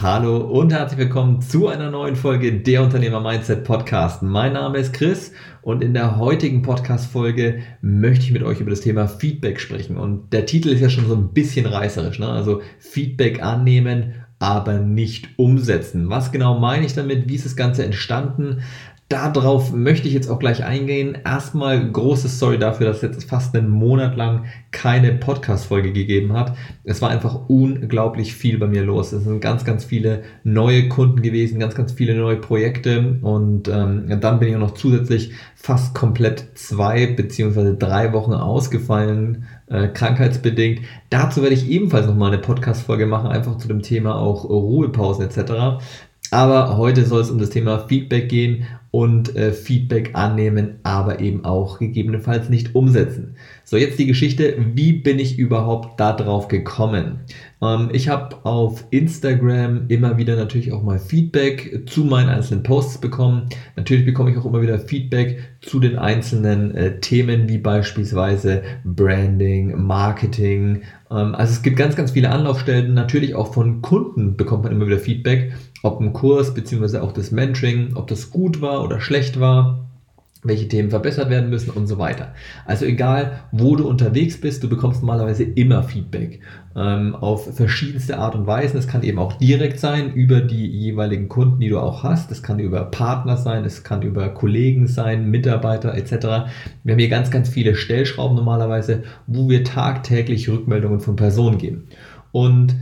Hallo und herzlich willkommen zu einer neuen Folge der Unternehmer Mindset Podcast. Mein Name ist Chris und in der heutigen Podcast-Folge möchte ich mit euch über das Thema Feedback sprechen. Und der Titel ist ja schon so ein bisschen reißerisch, ne? Also Feedback annehmen, aber nicht umsetzen. Was genau meine ich damit? Wie ist das Ganze entstanden? Darauf möchte ich jetzt auch gleich eingehen. Erstmal großes Sorry dafür, dass es jetzt fast einen Monat lang keine Podcast-Folge gegeben hat. Es war einfach unglaublich viel bei mir los. Es sind ganz, ganz viele neue Kunden gewesen, ganz, ganz viele neue Projekte und dann bin ich auch noch zusätzlich fast komplett 2 bzw. 3 Wochen ausgefallen, krankheitsbedingt. Dazu werde ich ebenfalls nochmal eine Podcast-Folge machen, einfach zu dem Thema auch Ruhepausen etc. Aber heute soll es um das Thema Feedback gehen und Feedback annehmen, aber eben auch gegebenenfalls nicht umsetzen. So, jetzt die Geschichte, wie bin ich überhaupt da drauf gekommen? Ich habe auf Instagram immer wieder natürlich auch mal Feedback zu meinen einzelnen Posts bekommen. Natürlich bekomme ich auch immer wieder Feedback zu den einzelnen Themen, wie beispielsweise Branding, Marketing. Also es gibt ganz, ganz viele Anlaufstellen. Natürlich auch von Kunden bekommt man immer wieder Feedback, ob ein Kurs bzw. auch das Mentoring, ob das gut war oder schlecht war, welche Themen verbessert werden müssen und so weiter. Also egal, wo du unterwegs bist, du bekommst normalerweise immer Feedback auf verschiedenste Art und Weisen. Es kann eben auch direkt sein über die jeweiligen Kunden, die du auch hast. Es kann über Partner sein, es kann über Kollegen sein, Mitarbeiter etc. Wir haben hier ganz, ganz viele Stellschrauben normalerweise, wo wir tagtäglich Rückmeldungen von Personen geben. Und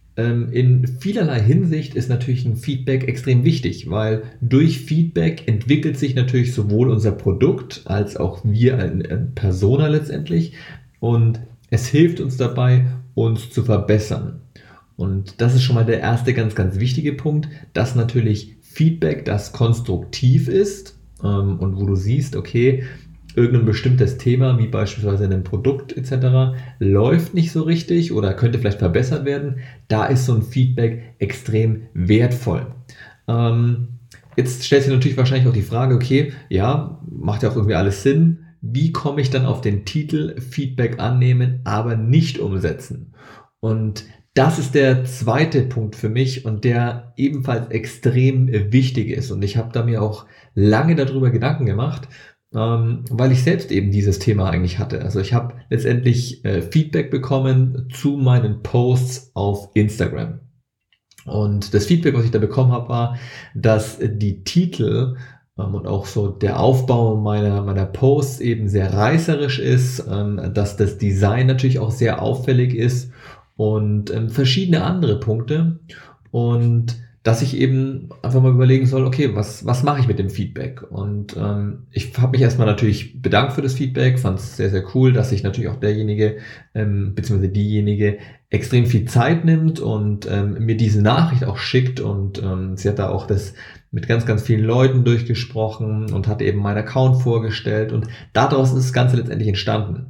in vielerlei Hinsicht ist natürlich ein Feedback extrem wichtig, weil durch Feedback entwickelt sich natürlich sowohl unser Produkt als auch wir als Persona letztendlich und es hilft uns dabei, uns zu verbessern. Und das ist schon mal der erste ganz, ganz wichtige Punkt, dass natürlich Feedback, das konstruktiv ist und wo du siehst, okay, irgendein bestimmtes Thema, wie beispielsweise ein Produkt etc., läuft nicht so richtig oder könnte vielleicht verbessert werden, da ist so ein Feedback extrem wertvoll. Jetzt stellt sich natürlich wahrscheinlich auch die Frage, okay, ja, macht ja auch irgendwie alles Sinn, wie komme ich dann auf den Titel Feedback annehmen, aber nicht umsetzen? Und das ist der zweite Punkt für mich und der ebenfalls extrem wichtig ist. Und ich habe da mir auch lange darüber Gedanken gemacht, weil ich selbst eben dieses Thema eigentlich hatte. Also ich habe letztendlich Feedback bekommen zu meinen Posts auf Instagram. Und das Feedback, was ich da bekommen habe, war, dass die Titel und auch so der Aufbau meiner Posts eben sehr reißerisch ist, dass das Design natürlich auch sehr auffällig ist und verschiedene andere Punkte. Und dass ich eben einfach mal überlegen soll, okay, was mache ich mit dem Feedback? Und ich habe mich erstmal natürlich bedankt für das Feedback, fand es sehr, sehr cool, dass sich natürlich auch derjenige bzw. diejenige extrem viel Zeit nimmt und mir diese Nachricht auch schickt und sie hat da auch das mit ganz, ganz vielen Leuten durchgesprochen und hat eben meinen Account vorgestellt und daraus ist das Ganze letztendlich entstanden.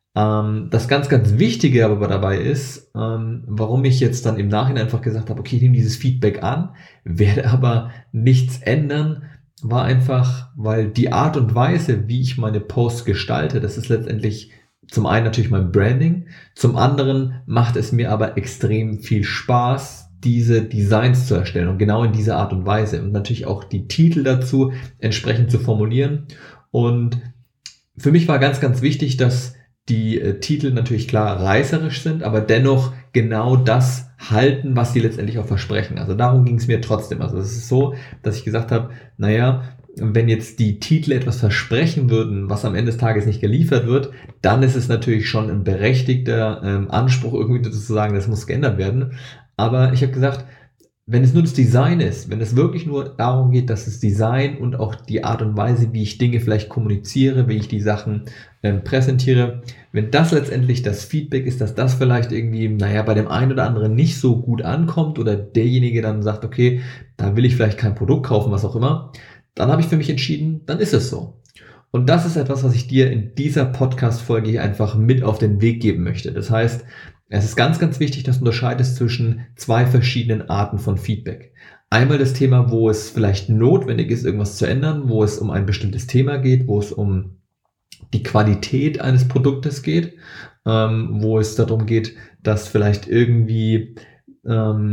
Das ganz, ganz Wichtige aber dabei ist, warum ich jetzt dann im Nachhinein einfach gesagt habe, okay, ich nehme dieses Feedback an, werde aber nichts ändern, war einfach, weil die Art und Weise, wie ich meine Posts gestalte, das ist letztendlich zum einen natürlich mein Branding, zum anderen macht es mir aber extrem viel Spaß, diese Designs zu erstellen und genau in dieser Art und Weise und natürlich auch die Titel dazu entsprechend zu formulieren. Und für mich war ganz, ganz wichtig, dass die Titel natürlich klar reißerisch sind, aber dennoch genau das halten, was sie letztendlich auch versprechen. Also darum ging es mir trotzdem. Also es ist so, dass ich gesagt habe, naja, wenn jetzt die Titel etwas versprechen würden, was am Ende des Tages nicht geliefert wird, dann ist es natürlich schon ein berechtigter Anspruch, irgendwie zu sagen, das muss geändert werden. Aber ich habe gesagt, wenn es nur das Design ist, wenn es wirklich nur darum geht, dass das Design und auch die Art und Weise, wie ich Dinge vielleicht kommuniziere, wie ich die Sachen präsentiere, wenn das letztendlich das Feedback ist, dass das vielleicht irgendwie, naja, bei dem einen oder anderen nicht so gut ankommt oder derjenige dann sagt, okay, da will ich vielleicht kein Produkt kaufen, was auch immer, dann habe ich für mich entschieden, dann ist es so. Und das ist etwas, was ich dir in dieser Podcast-Folge hier einfach mit auf den Weg geben möchte. Das heißt, es ist ganz, ganz wichtig, dass du unterscheidest zwischen 2 verschiedenen Arten von Feedback. Einmal das Thema, wo es vielleicht notwendig ist, irgendwas zu ändern, wo es um ein bestimmtes Thema geht, wo es um die Qualität eines Produktes geht, wo es darum geht, dass vielleicht irgendwie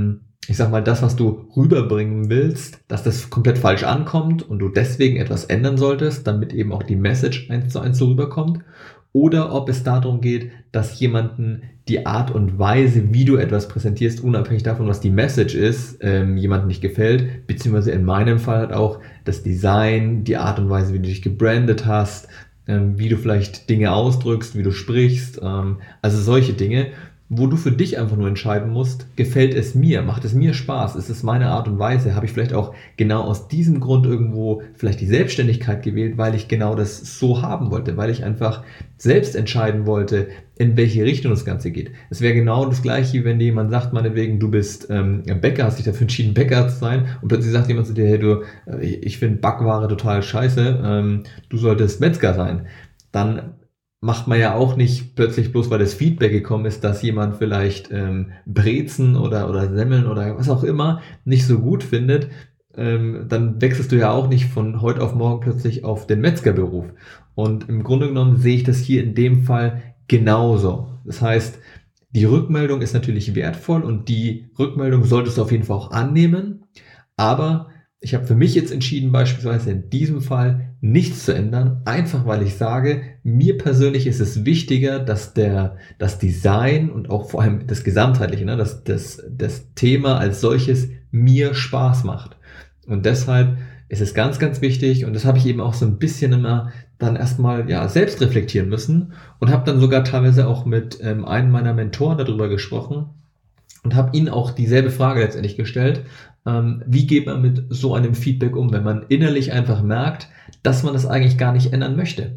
ich sag mal, das, was du rüberbringen willst, dass das komplett falsch ankommt und du deswegen etwas ändern solltest, damit eben auch die Message 1:1 so rüberkommt. Oder ob es darum geht, dass jemanden die Art und Weise, wie du etwas präsentierst, unabhängig davon, was die Message ist, jemandem nicht gefällt, beziehungsweise in meinem Fall halt auch das Design, die Art und Weise, wie du dich gebrandet hast, wie du vielleicht Dinge ausdrückst, wie du sprichst, also solche Dinge, wo du für dich einfach nur entscheiden musst, gefällt es mir, macht es mir Spaß, ist es meine Art und Weise, habe ich vielleicht auch genau aus diesem Grund irgendwo vielleicht die Selbstständigkeit gewählt, weil ich genau das so haben wollte, weil ich einfach selbst entscheiden wollte, in welche Richtung das Ganze geht. Es wäre genau das Gleiche, wenn dir jemand sagt, meinetwegen, du bist Bäcker, hast dich dafür entschieden, Bäcker zu sein und plötzlich sagt jemand zu dir, hey, ich finde Backware total scheiße, du solltest Metzger sein. Dann macht man ja auch nicht plötzlich bloß, weil das Feedback gekommen ist, dass jemand vielleicht Brezen oder Semmeln oder was auch immer nicht so gut findet, dann wechselst du ja auch nicht von heute auf morgen plötzlich auf den Metzgerberuf. Und im Grunde genommen sehe ich das hier in dem Fall genauso. Das heißt, die Rückmeldung ist natürlich wertvoll und die Rückmeldung solltest du auf jeden Fall auch annehmen, aber ich habe für mich jetzt entschieden, beispielsweise in diesem Fall nichts zu ändern, einfach weil ich sage, mir persönlich ist es wichtiger, dass das Design und auch vor allem das Gesamtheitliche, ne, das Thema als solches mir Spaß macht. Und deshalb ist es ganz, ganz wichtig und das habe ich eben auch so ein bisschen immer dann erstmal selbst reflektieren müssen und habe dann sogar teilweise auch mit einem meiner Mentoren darüber gesprochen und habe ihnen auch dieselbe Frage letztendlich gestellt. Wie geht man mit so einem Feedback um, wenn man innerlich einfach merkt, dass man das eigentlich gar nicht ändern möchte?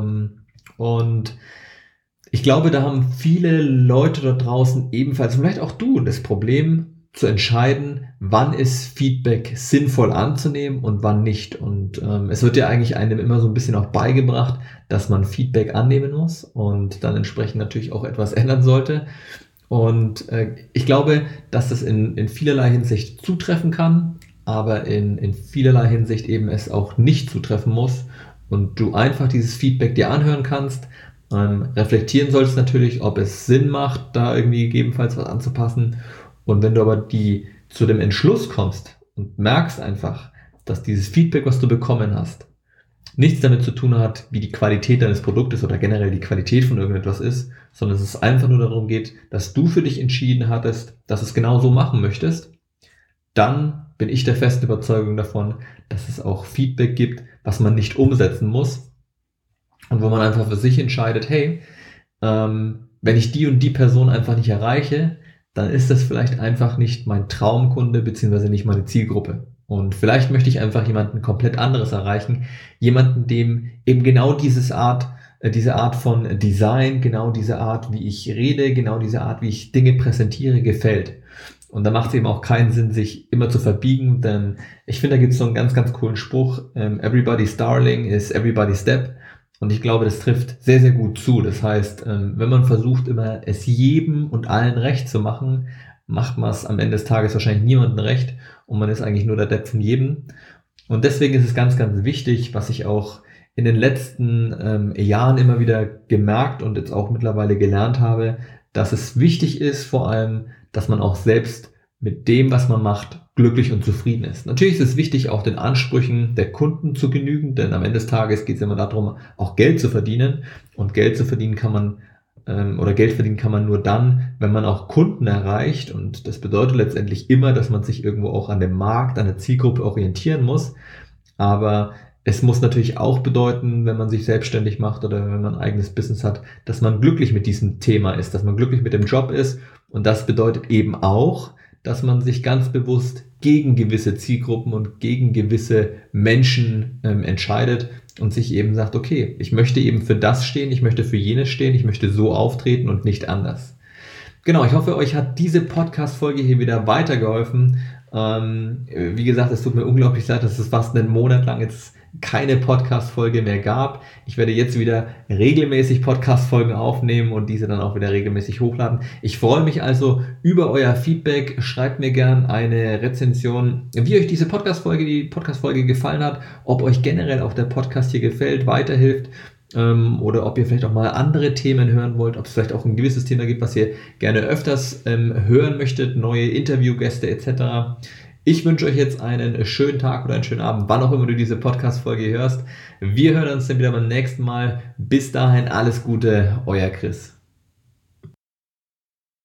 Und ich glaube, da haben viele Leute dort draußen ebenfalls, vielleicht auch du, das Problem zu entscheiden, wann ist Feedback sinnvoll anzunehmen und wann nicht. Und es wird ja eigentlich einem immer so ein bisschen auch beigebracht, dass man Feedback annehmen muss und dann entsprechend natürlich auch etwas ändern sollte. Und ich glaube, dass das in vielerlei Hinsicht zutreffen kann, aber in vielerlei Hinsicht eben es auch nicht zutreffen muss und du einfach dieses Feedback dir anhören kannst. Reflektieren solltest natürlich, ob es Sinn macht, da irgendwie gegebenenfalls was anzupassen. Und wenn du aber zu dem Entschluss kommst und merkst einfach, dass dieses Feedback, was du bekommen hast, nichts damit zu tun hat, wie die Qualität deines Produktes oder generell die Qualität von irgendetwas ist, sondern dass es einfach nur darum geht, dass du für dich entschieden hattest, dass du es genau so machen möchtest, dann bin ich der festen Überzeugung davon, dass es auch Feedback gibt, was man nicht umsetzen muss und wo man einfach für sich entscheidet, hey, wenn ich die und die Person einfach nicht erreiche, dann ist das vielleicht einfach nicht mein Traumkunde beziehungsweise nicht meine Zielgruppe. Und vielleicht möchte ich einfach jemanden komplett anderes erreichen, jemanden, dem eben genau diese Art von Design, genau diese Art, wie ich rede, genau diese Art, wie ich Dinge präsentiere, gefällt. Und da macht es eben auch keinen Sinn, sich immer zu verbiegen, denn ich finde, da gibt es so einen ganz, ganz coolen Spruch, Everybody's Darling is everybody's Step. Und ich glaube, das trifft sehr, sehr gut zu. Das heißt, wenn man versucht, immer es jedem und allen recht zu machen, macht man es am Ende des Tages wahrscheinlich niemandem recht und man ist eigentlich nur der Depp von jedem. Und deswegen ist es ganz, ganz wichtig, was ich auch in den letzten Jahren immer wieder gemerkt und jetzt auch mittlerweile gelernt habe, dass es wichtig ist, vor allem, dass man auch selbst mit dem, was man macht, glücklich und zufrieden ist. Natürlich ist es wichtig, auch den Ansprüchen der Kunden zu genügen, denn am Ende des Tages geht es immer darum, auch Geld zu verdienen. Und Geld verdienen kann man nur dann, wenn man auch Kunden erreicht. Und das bedeutet letztendlich immer, dass man sich irgendwo auch an dem Markt, an der Zielgruppe orientieren muss. Aber es muss natürlich auch bedeuten, wenn man sich selbstständig macht oder wenn man ein eigenes Business hat, dass man glücklich mit diesem Thema ist, dass man glücklich mit dem Job ist. Und das bedeutet eben auch, dass man sich ganz bewusst gegen gewisse Zielgruppen und gegen gewisse Menschen entscheidet und sich eben sagt, okay, ich möchte eben für das stehen, ich möchte für jenes stehen, ich möchte so auftreten und nicht anders. Genau, ich hoffe, euch hat diese Podcast-Folge hier wieder weitergeholfen. Wie gesagt, es tut mir unglaublich leid, dass es fast einen Monat lang jetzt keine Podcast-Folge mehr gab. Ich werde jetzt wieder regelmäßig Podcast-Folgen aufnehmen und diese dann auch wieder regelmäßig hochladen. Ich freue mich also über euer Feedback. Schreibt mir gern eine Rezension, wie euch die Podcast-Folge gefallen hat, ob euch generell auch der Podcast hier gefällt, weiterhilft. oder ob ihr vielleicht auch mal andere Themen hören wollt, ob es vielleicht auch ein gewisses Thema gibt, was ihr gerne öfters hören möchtet, neue Interviewgäste etc. Ich wünsche euch jetzt einen schönen Tag oder einen schönen Abend, wann auch immer du diese Podcast-Folge hörst. Wir hören uns dann wieder beim nächsten Mal. Bis dahin alles Gute, euer Chris.